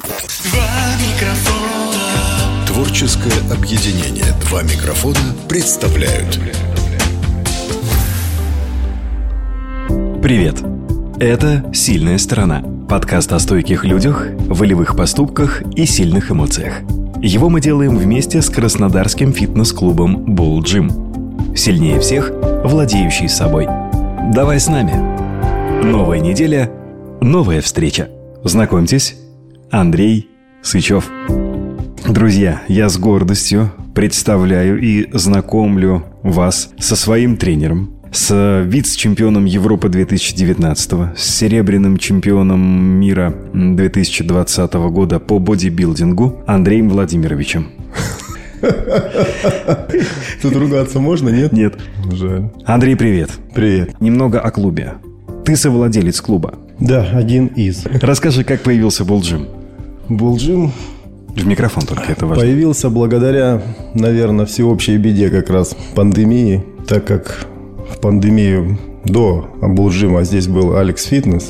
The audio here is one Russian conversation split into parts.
Два микрофона. Творческое объединение «Два микрофона» представляют. Привет! Это «Сильная сторона» – подкаст о стойких людях, волевых поступках и сильных эмоциях. Его мы делаем вместе с краснодарским фитнес-клубом Bull Gym. Сильнее всех, владеющий собой. Давай с нами! Новая неделя, новая встреча. Знакомьтесь, Андрей Сычев. Друзья, я с гордостью представляю и знакомлю вас со своим тренером, с вице-чемпионом Европы 2019, с серебряным чемпионом мира 2020 года по бодибилдингу Андреем Владимировичем. Тут ругаться можно, нет? Нет. Жаль. Андрей, привет. Привет. Немного о клубе. Ты совладелец клуба. Да, один из. Расскажи, как появился Bull Gym. Bull Gym В микрофон только, это важно. появился благодаря, наверное, всеобщей беде как раз пандемии, так как в пандемию до Bull Gym здесь был Алекс Фитнес.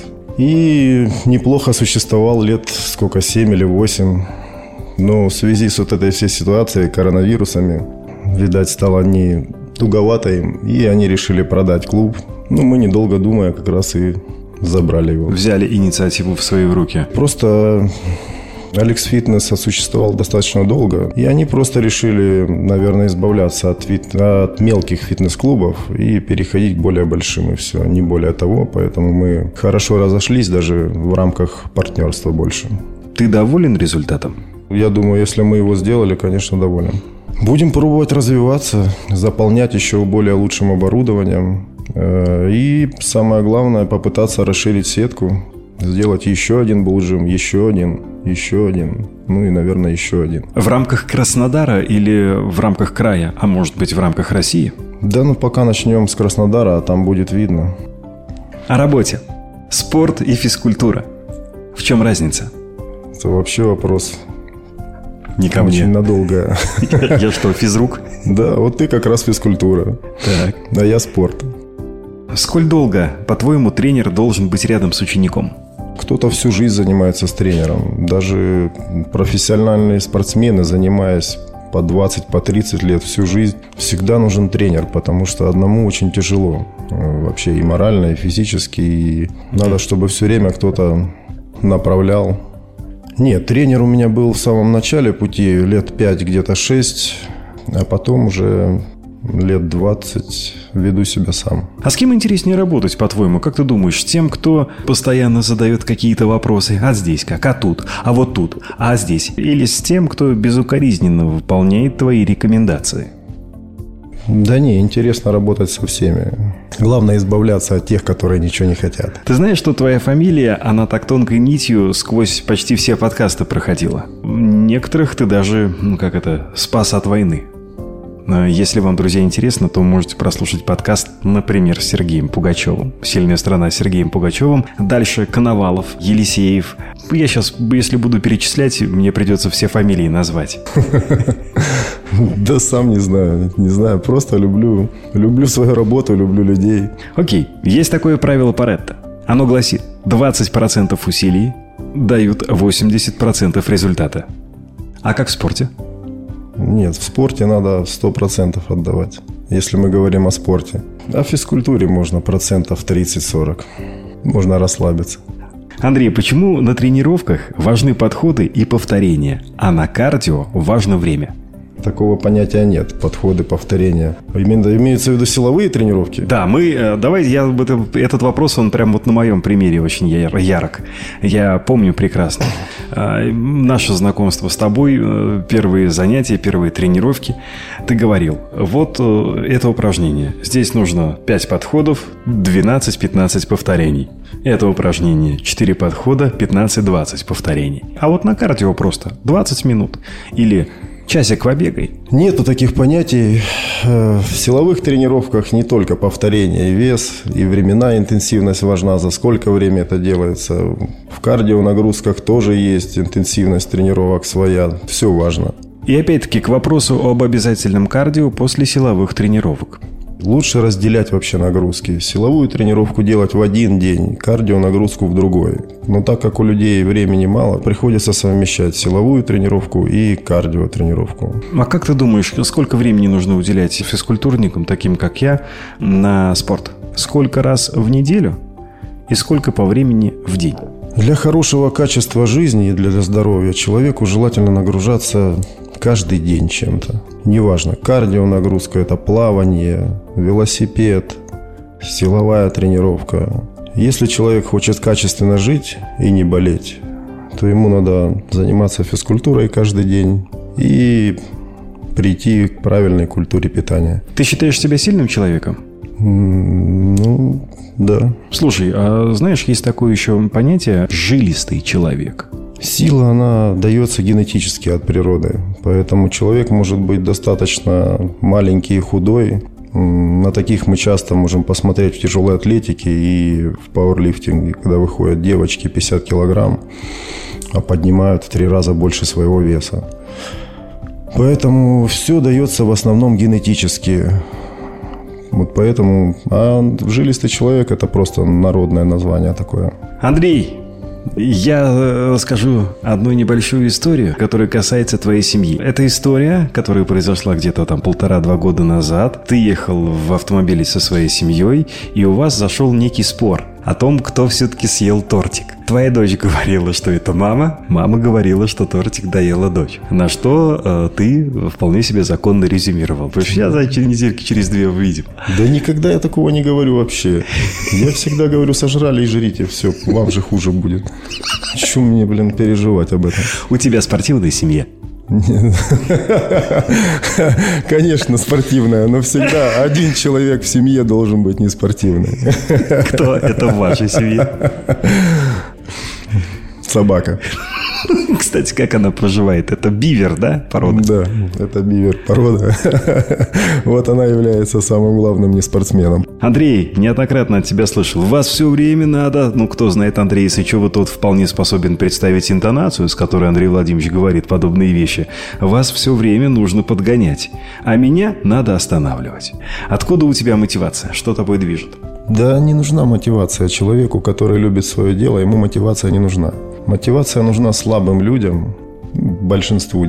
И неплохо существовал лет 7 или 8. Но в связи с вот этой всей ситуацией, коронавирусами, видать, стало не туговато им. И они решили продать клуб. Мы, недолго думая, как раз и забрали его. Взяли инициативу в свои руки. Просто Алекс Фитнес существовал достаточно долго. И они просто решили, наверное, избавляться от мелких фитнес-клубов и переходить к более большим. И все, не более того. Поэтому мы хорошо разошлись даже в рамках партнерства больше. Ты доволен результатом? Я думаю, если мы его сделали, конечно, доволен. Будем пробовать развиваться, заполнять еще более лучшим оборудованием. И самое главное, попытаться расширить сетку, сделать еще один Bull Gym, еще один, ну и, наверное, еще один. В рамках Краснодара или в рамках края, а может быть в рамках России? Да, пока начнем с Краснодара, а там будет видно. О работе. Спорт и физкультура. В чем разница? Это вообще вопрос Не ко очень мне. надолго. Я что, физрук? Да, вот ты как раз физкультура, Так. а я спорт. Сколь долго, по-твоему, тренер должен быть рядом с учеником? Кто-то всю жизнь занимается с тренером. Даже профессиональные спортсмены, занимаясь по 20, по 30 лет всю жизнь, всегда нужен тренер, потому что одному очень тяжело. Вообще и морально, и физически. И надо, чтобы все время кто-то направлял. Нет, тренер у меня был в самом начале пути, лет 5, где-то 6, а потом уже лет 20 веду себя сам. А с кем интереснее работать, по-твоему? Как ты думаешь, с тем, кто постоянно задает какие-то вопросы? А здесь как? А тут? А вот тут? А здесь? Или с тем, кто безукоризненно выполняет твои рекомендации? Да не, интересно работать со всеми. Главное избавляться от тех, которые ничего не хотят. Ты знаешь, что твоя фамилия, она так тонкой нитью сквозь почти все подкасты проходила? Некоторых ты даже, спас от войны. Если вам, друзья, интересно, то можете прослушать подкаст, например, с Сергеем Пугачевым. «Сильная страна» с Сергеем Пугачевым. Дальше Коновалов, Елисеев. Я сейчас, если буду перечислять, мне придется все фамилии назвать. Да сам не знаю, просто люблю свою работу, люблю людей. Окей, есть такое правило Паретто. Оно гласит, 20% усилий дают 80% результата. А как в спорте? Нет, в спорте надо 100% отдавать, если мы говорим о спорте. А в физкультуре можно 30-40%. Можно расслабиться. Андрей, почему на тренировках важны подходы и повторения, а на кардио важно время? Такого понятия нет. Подходы, повторения. Имеются в виду силовые тренировки? Да, этот вопрос, он прям вот на моем примере очень ярок. Я помню прекрасно. Наше знакомство с тобой, первые занятия, первые тренировки. Ты говорил, вот это упражнение. Здесь нужно 5 подходов, 12-15 повторений. Это упражнение 4 подхода, 15-20 повторений. А вот на кардио просто 20 минут. Или часик побегай. Нету таких понятий. В силовых тренировках не только повторение и вес, и временная интенсивность важна, за сколько время это делается. В кардионагрузках тоже есть интенсивность тренировок своя. Все важно. И опять-таки к вопросу об обязательном кардио после силовых тренировок. Лучше разделять вообще нагрузки. Силовую тренировку делать в один день, кардионагрузку в другой. Но так как у людей времени мало, приходится совмещать силовую тренировку и кардиотренировку. А как ты думаешь, сколько времени нужно уделять физкультурникам, таким как я, на спорт? Сколько раз в неделю и сколько по времени в день? Для хорошего качества жизни и для здоровья человеку желательно нагружаться каждый день чем-то. Неважно, кардионагрузка – это плавание, велосипед, силовая тренировка. Если человек хочет качественно жить и не болеть, то ему надо заниматься физкультурой каждый день и прийти к правильной культуре питания. Ты считаешь себя сильным человеком? Ну, да. Слушай, а знаешь, есть такое еще понятие «жилистый человек». Сила, она дается генетически от природы. Поэтому человек может быть достаточно маленький и худой. На таких мы часто можем посмотреть в тяжелой атлетике и в пауэрлифтинге, когда выходят девочки 50 килограмм, а поднимают в 3 раза больше своего веса. Поэтому все дается в основном генетически. Вот поэтому... А жилистый человек – это просто народное название такое. Андрей, я расскажу одну небольшую историю, которая касается твоей семьи. Это история, которая произошла где-то там 1,5-2 года назад. Ты ехал в автомобиле со своей семьей, и у вас зашел некий спор о том, кто все-таки съел тортик. Твоя дочь говорила, что это мама. Мама говорила, что тортик доела дочь. На что ты вполне себе законно резюмировал. Потому что я за недельки через 2 увидим. Да никогда я такого не говорю вообще. Я всегда говорю, сожрали и жрите. Все, вам же хуже будет. Чего мне, переживать об этом? У тебя спортивная семья? Конечно, спортивная, но всегда один человек в семье должен быть неспортивный. Кто это в вашей семье? Собака. Кстати, как она проживает? Это бивер, да, порода? Да, это бивер порода. Вот она является самым главным неспортсменом. Андрей, неоднократно от тебя слышал. Вас все время надо... кто знает Андрея Сычева, тот вполне способен представить интонацию, с которой Андрей Владимирович говорит подобные вещи. Вас все время нужно подгонять, а меня надо останавливать. Откуда у тебя мотивация? Что тобой движет? Да не нужна мотивация человеку, который любит свое дело, ему мотивация не нужна. Мотивация нужна слабым людям, большинству,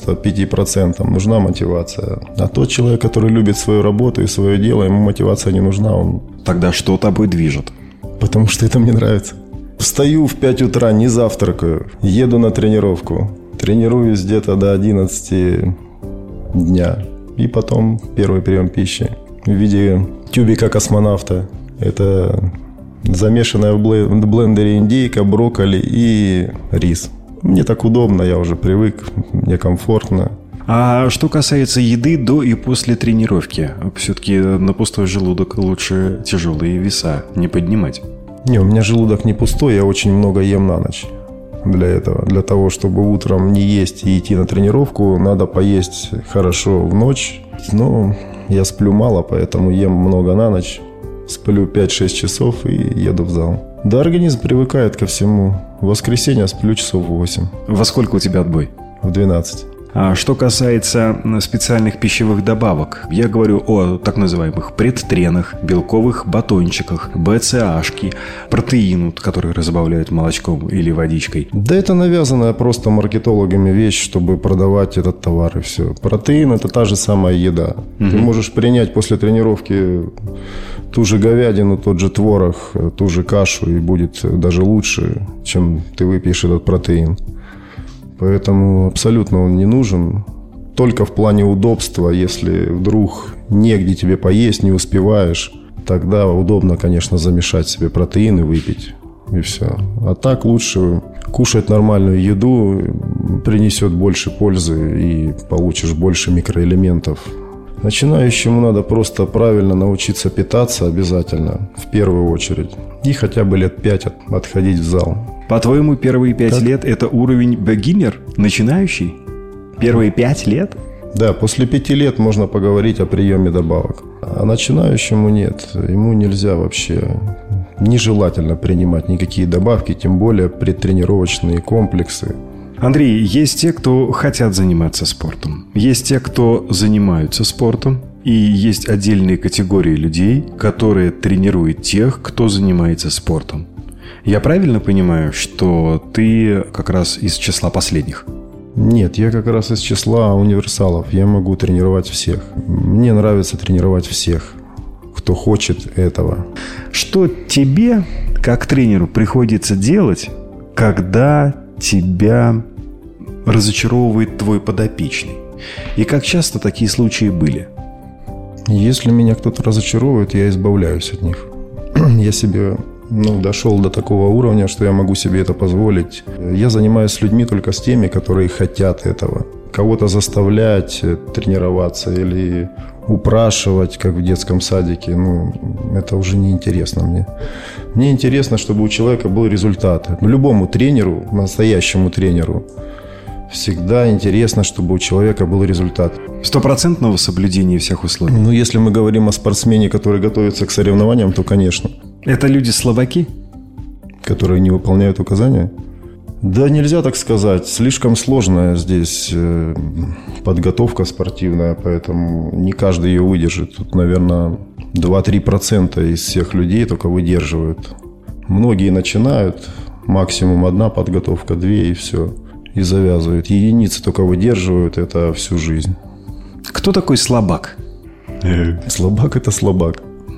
95% нужна мотивация. А тот человек, который любит свою работу и свое дело, ему мотивация не нужна. Тогда что тобой движет? Потому что это мне нравится. Встаю в 5 утра, не завтракаю, еду на тренировку. Тренируюсь где-то до 11 дня. И потом первый прием пищи в виде тюбика космонавта. Это замешанная в блендере индейка, брокколи и рис. Мне так удобно, я уже привык, мне комфортно. А что касается еды до и после тренировки, все-таки на пустой желудок лучше тяжелые веса не поднимать? Не, у меня желудок не пустой, я очень много ем на ночь. Для этого, для того, чтобы утром не есть и идти на тренировку, надо поесть хорошо в ночь. Но я сплю мало, поэтому ем много на ночь. Сплю 5-6 часов и еду в зал. Да, организм привыкает ко всему. В воскресенье сплю часов 8. Во сколько у тебя отбой? В 12. А что касается специальных пищевых добавок, я говорю о так называемых предтренах, белковых батончиках, БЦАшки, протеину, который разбавляют молочком или водичкой. Да это навязанная просто маркетологами вещь, чтобы продавать этот товар и все. Протеин – это та же самая еда. Ты можешь принять после тренировки ту же говядину, тот же творог, ту же кашу, и будет даже лучше, чем ты выпьешь этот протеин. Поэтому абсолютно он не нужен. Только в плане удобства, если вдруг негде тебе поесть, не успеваешь, тогда удобно, конечно, замешать себе протеин и выпить. И все. А так лучше кушать нормальную еду, принесет больше пользы и получишь больше микроэлементов. Начинающему надо просто правильно научиться питаться обязательно, в первую очередь. И хотя бы лет 5 отходить в зал. По-твоему, первые 5 лет – это уровень beginner, начинающий? Первые 5 лет? Да, после 5 лет можно поговорить о приеме добавок. А начинающему нет. Ему нельзя вообще, нежелательно принимать никакие добавки, тем более предтренировочные комплексы. Андрей, есть те, кто хотят заниматься спортом. Есть те, кто занимаются спортом. И есть отдельные категории людей, которые тренируют тех, кто занимается спортом. Я правильно понимаю, что ты как раз из числа последних? Нет, я как раз из числа универсалов. Я могу тренировать всех. Мне нравится тренировать всех, кто хочет этого. Что тебе, как тренеру, приходится делать, когда тебя разочаровывает твой подопечный? И как часто такие случаи были? Если меня кто-то разочаровывает, я избавляюсь от них. Я себе дошел до такого уровня, что я могу себе это позволить. Я занимаюсь с людьми только с теми, которые хотят этого. Кого-то заставлять тренироваться или упрашивать, как в детском садике, это уже не интересно мне. Мне интересно, чтобы у человека был результат. Любому тренеру, настоящему тренеру, всегда интересно, чтобы у человека был результат. 100% соблюдение всех условий. Если мы говорим о спортсмене, который готовится к соревнованиям, то, конечно. Это люди-слабаки? Которые не выполняют указания? Да, нельзя так сказать. Слишком сложная здесь подготовка спортивная, поэтому не каждый ее выдержит. Тут, наверное, 2-3% из всех людей только выдерживают. Многие начинают, максимум одна подготовка, 2 и все. И завязывают. Единицы только выдерживают это всю жизнь. Кто такой слабак? Слабак – это слабак.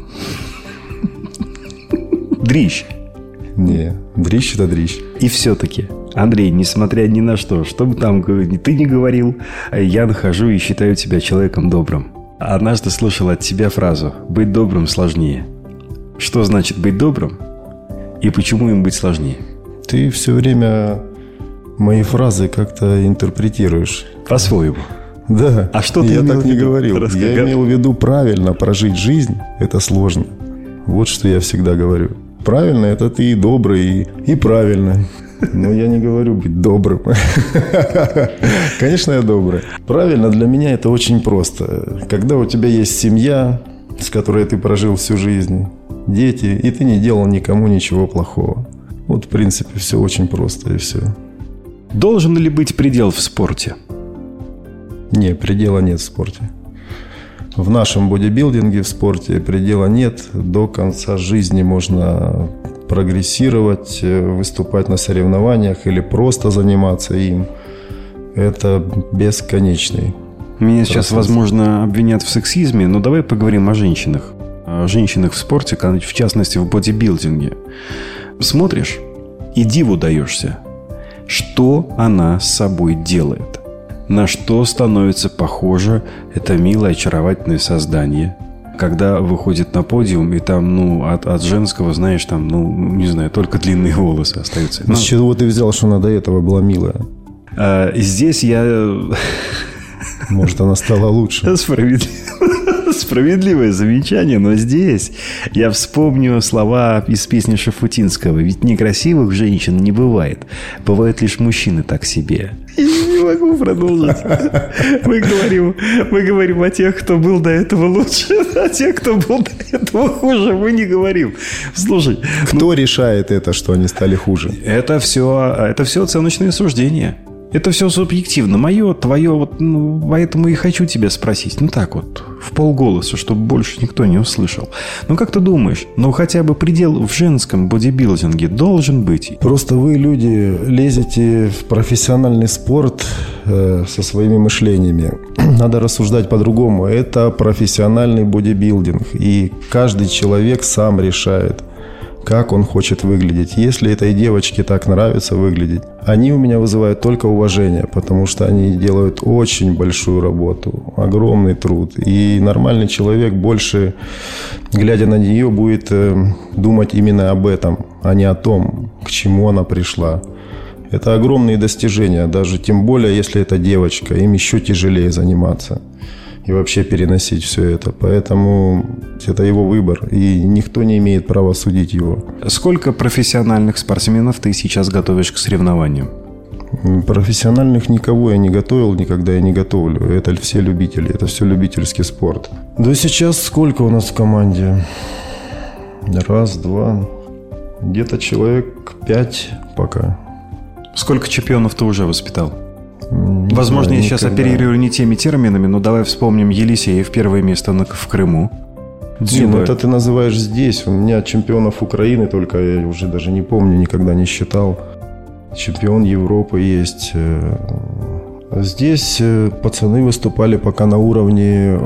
Дрищ. Не, дрищ – это дрищ. И все-таки, Андрей, несмотря ни на что бы там ты не говорил, я нахожу и считаю тебя человеком добрым. Однажды слышал от тебя фразу «быть добрым сложнее». Что значит быть добрым? И почему им быть сложнее? Ты все время мои фразы как-то интерпретируешь. По-своему. Да. А что ты я имел так в виду? не говорил. Я имел в виду правильно прожить жизнь – это сложно. Вот что я всегда говорю. Правильно – это ты и добрый, и правильно. Но я не говорю быть добрым. Конечно, я добрый. Правильно для меня это очень просто. Когда у тебя есть семья, с которой ты прожил всю жизнь, дети, и ты не делал никому ничего плохого. Вот, в принципе, все очень просто и все. Должен ли быть предел в спорте? Не, предела нет в спорте. В нашем бодибилдинге, в спорте предела нет. До конца жизни можно прогрессировать, выступать на соревнованиях или просто заниматься им. Это бесконечный Меня сейчас, возможно, обвинят в сексизме, но давай поговорим о женщинах. О женщинах в спорте, в частности, в бодибилдинге. Смотришь и диву даешься. Что она с собой делает? На что становится похоже это милое, очаровательное создание, когда выходит на подиум, и там, от женского, знаешь, там, не знаю, только длинные волосы остаются. С чего ты взял, что она до этого была милая? Здесь я... Может, она стала лучше. Справедливое замечание, но здесь я вспомню слова из песни Шафутинского. Ведь некрасивых женщин не бывает. Бывают лишь мужчины так себе. Я не могу продолжить. Мы говорим о тех, кто был до этого лучше, а тех, кто был до этого хуже, мы не говорим. Слушай. Кто решает это, что они стали хуже? Это все оценочные суждения. Это все субъективно. Мое, твое, поэтому и хочу тебя спросить. Так вот, в полголоса, чтобы больше никто не услышал. Как ты думаешь, хотя бы предел в женском бодибилдинге должен быть? Просто вы, люди, лезете в профессиональный спорт со своими мышлениями. Надо рассуждать по-другому. Это профессиональный бодибилдинг. И каждый человек сам решает, как он хочет выглядеть. Если этой девочке так нравится выглядеть, они у меня вызывают только уважение, потому что они делают очень большую работу, огромный труд. И нормальный человек больше, глядя на нее, будет думать именно об этом, а не о том, к чему она пришла. Это огромные достижения, даже тем более, если это девочка, им еще тяжелее заниматься и вообще переносить все это. Поэтому это его выбор, и никто не имеет права судить его. Сколько профессиональных спортсменов ты сейчас готовишь к соревнованиям? Профессиональных никого я не готовил, никогда я не готовлю. Это все любители, это все любительский спорт. Да сейчас сколько у нас в команде? 1, 2, где-то человек 5 пока. Сколько чемпионов ты уже воспитал? Возможно, я сейчас оперирую не теми терминами, но давай вспомним Елисеев, первое место в Крыму. Дзюба. Это ты называешь здесь. У меня чемпионов Украины, только я уже даже не помню, никогда не считал. Чемпион Европы есть. Здесь пацаны выступали пока на уровне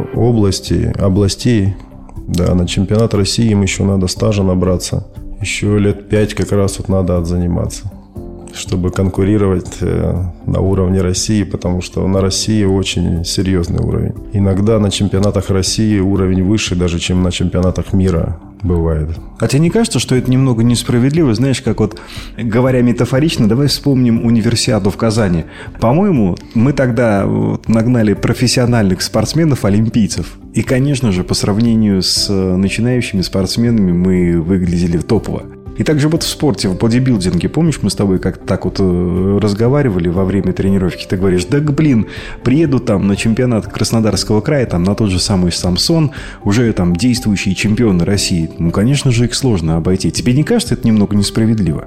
областей. Да, на чемпионат России им еще надо стажа набраться. Еще лет 5 как раз вот надо отзаниматься, чтобы конкурировать на уровне России, потому что на России очень серьезный уровень. Иногда на чемпионатах России уровень выше даже, чем на чемпионатах мира бывает. А тебе не кажется, что это немного несправедливо? Знаешь, как вот, говоря метафорично, давай вспомним универсиаду в Казани. По-моему, мы тогда нагнали профессиональных спортсменов-олимпийцев. И, конечно же, по сравнению с начинающими спортсменами мы выглядели топово. И также вот в спорте, в бодибилдинге, помнишь, мы с тобой как-то так вот разговаривали во время тренировки, ты говоришь, да блин, приеду там на чемпионат Краснодарского края, там на тот же самый Самсон, уже там действующие чемпионы России, ну, конечно же, их сложно обойти. Тебе не кажется это немного несправедливо?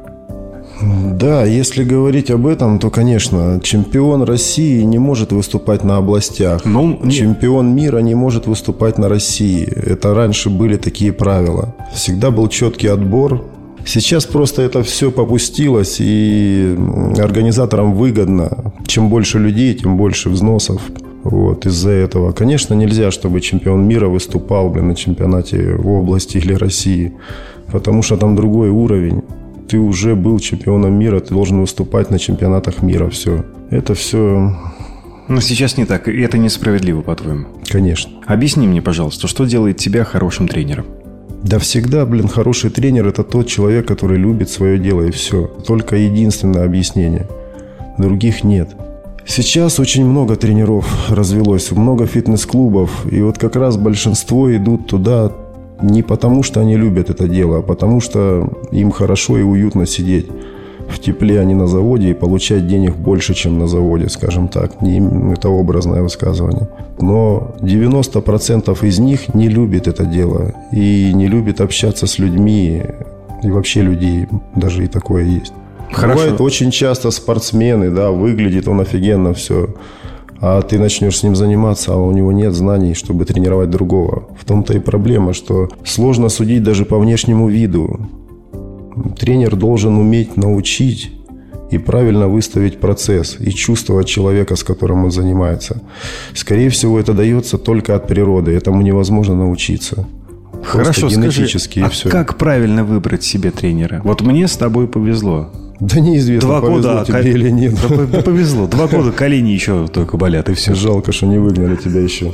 Да, если говорить об этом, то, конечно, чемпион России не может выступать на областях. Чемпион мира не может выступать на России. Это раньше были такие правила. Всегда был четкий отбор. Сейчас просто это все попустилось, и организаторам выгодно. Чем больше людей, тем больше взносов. Вот, из-за этого. Конечно, нельзя, чтобы чемпион мира выступал на чемпионате в области или России, потому что там другой уровень. Ты уже был чемпионом мира, ты должен выступать на чемпионатах мира. Все. Это все... Но сейчас не так, и это несправедливо, по-твоему? Конечно. Объясни мне, пожалуйста, что делает тебя хорошим тренером? Да всегда, хороший тренер – это тот человек, который любит свое дело, и все. Только единственное объяснение. Других нет. Сейчас очень много тренеров развелось, много фитнес-клубов. И вот как раз большинство идут туда не потому, что они любят это дело, а потому что им хорошо и уютно сидеть в тепле, а не на заводе, и получать денег больше, чем на заводе, скажем так. Это образное высказывание. Но 90% из них не любит это дело и не любит общаться с людьми, и вообще людей, даже и такое есть. Хорошо. Бывает очень часто спортсмены, да, выглядит он офигенно, все, а ты начнешь с ним заниматься, а у него нет знаний, чтобы тренировать другого. В том-то и проблема, что сложно судить даже по внешнему виду. Тренер должен уметь научить и правильно выставить процесс и чувствовать человека, с которым он занимается. Скорее всего, это дается только от природы. Этому невозможно научиться. Хорошо, генетически, скажи, и все. Как правильно выбрать себе тренера? Вот мне с тобой повезло. Да неизвестно, повезло тебе или нет. Да, повезло. 2 года колени еще только болят, и все. Жалко, что не выгнали тебя еще.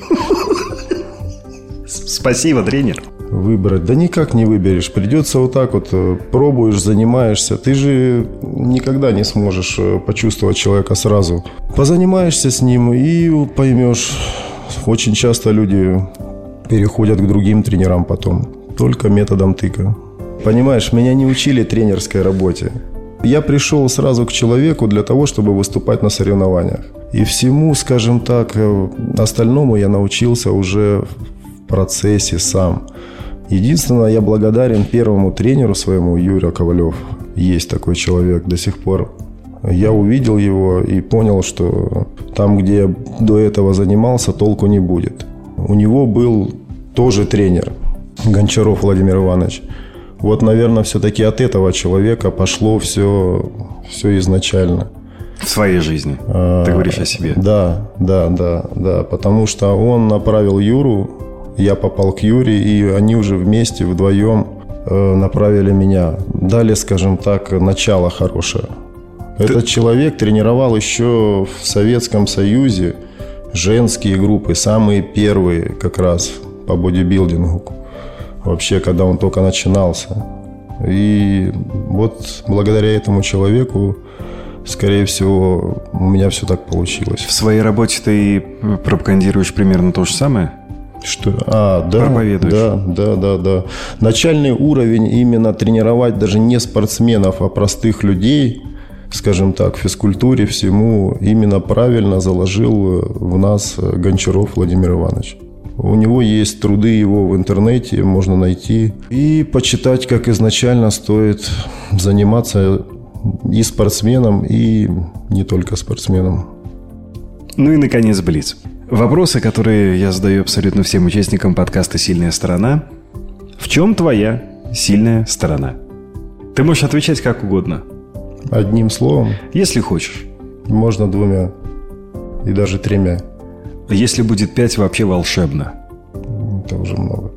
Спасибо, тренер. Выбрать? Да никак не выберешь. Придется вот так вот, пробуешь, занимаешься. Ты же никогда не сможешь почувствовать человека сразу. Позанимаешься с ним и поймешь. Очень часто люди переходят к другим тренерам потом. Только методом тыка. Понимаешь, меня не учили тренерской работе. Я пришел сразу к человеку для того, чтобы выступать на соревнованиях. И всему, скажем так, остальному я научился уже в процессе сам. Единственное, я благодарен первому тренеру своему, Юрию Ковалев. Есть такой человек до сих пор. Я увидел его и понял, что там, где я до этого занимался, толку не будет. У него был тоже тренер, Гончаров Владимир Иванович. Вот, наверное, все-таки от этого человека пошло все изначально. В своей жизни. Ты говоришь о себе. Да. Потому что он направил Юру, я попал к Юре, и они уже вместе, вдвоем направили меня. Дали, скажем так, начало хорошее. Этот человек тренировал еще в Советском Союзе женские группы, самые первые как раз по бодибилдингу. Вообще, когда он только начинался. И вот благодаря этому человеку, скорее всего, у меня все так получилось. В своей работе ты пропагандируешь примерно то же самое? Что? Да. Проповедуешь? Да. Начальный уровень именно тренировать даже не спортсменов, а простых людей, скажем так, в физкультуре всему именно правильно заложил в нас Гончаров Владимир Иванович. У него есть труды его в интернете, можно найти и почитать, как изначально стоит заниматься и спортсменом, и не только спортсменом. Ну и, наконец, блиц. Вопросы, которые я задаю абсолютно всем участникам подкаста «Сильная сторона». В чем твоя сильная сторона? Ты можешь отвечать как угодно. Одним словом? Если хочешь. Можно 2 и даже 3. Если будет 5, вообще волшебно. Это уже много.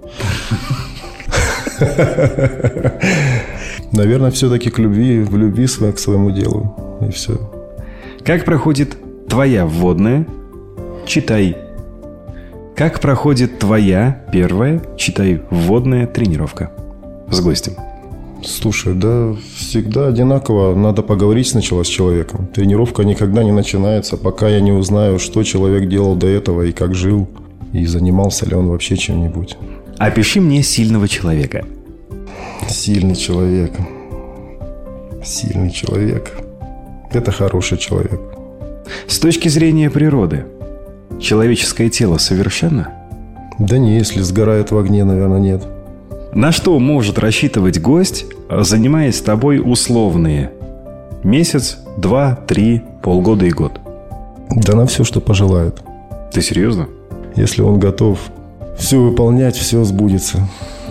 Наверное, все-таки в любви к своему делу. И все. Как проходит твоя вводная? Читай. Как проходит твоя первая, читай, вводная тренировка с гостем? Слушай, да всегда одинаково. Надо поговорить сначала с человеком. Тренировка никогда не начинается, пока я не узнаю, что человек делал до этого и как жил, и занимался ли он вообще чем-нибудь. Опиши мне сильного человека. Сильный человек. Сильный человек. Это хороший человек. С точки зрения природы, человеческое тело совершенно? Да не, если сгорает в огне, наверное, нет. На что может рассчитывать гость, занимаясь с тобой условные месяц, 2, 3, полгода и год? Да на все, что пожелает. Ты серьезно? Если он готов все выполнять, все сбудется.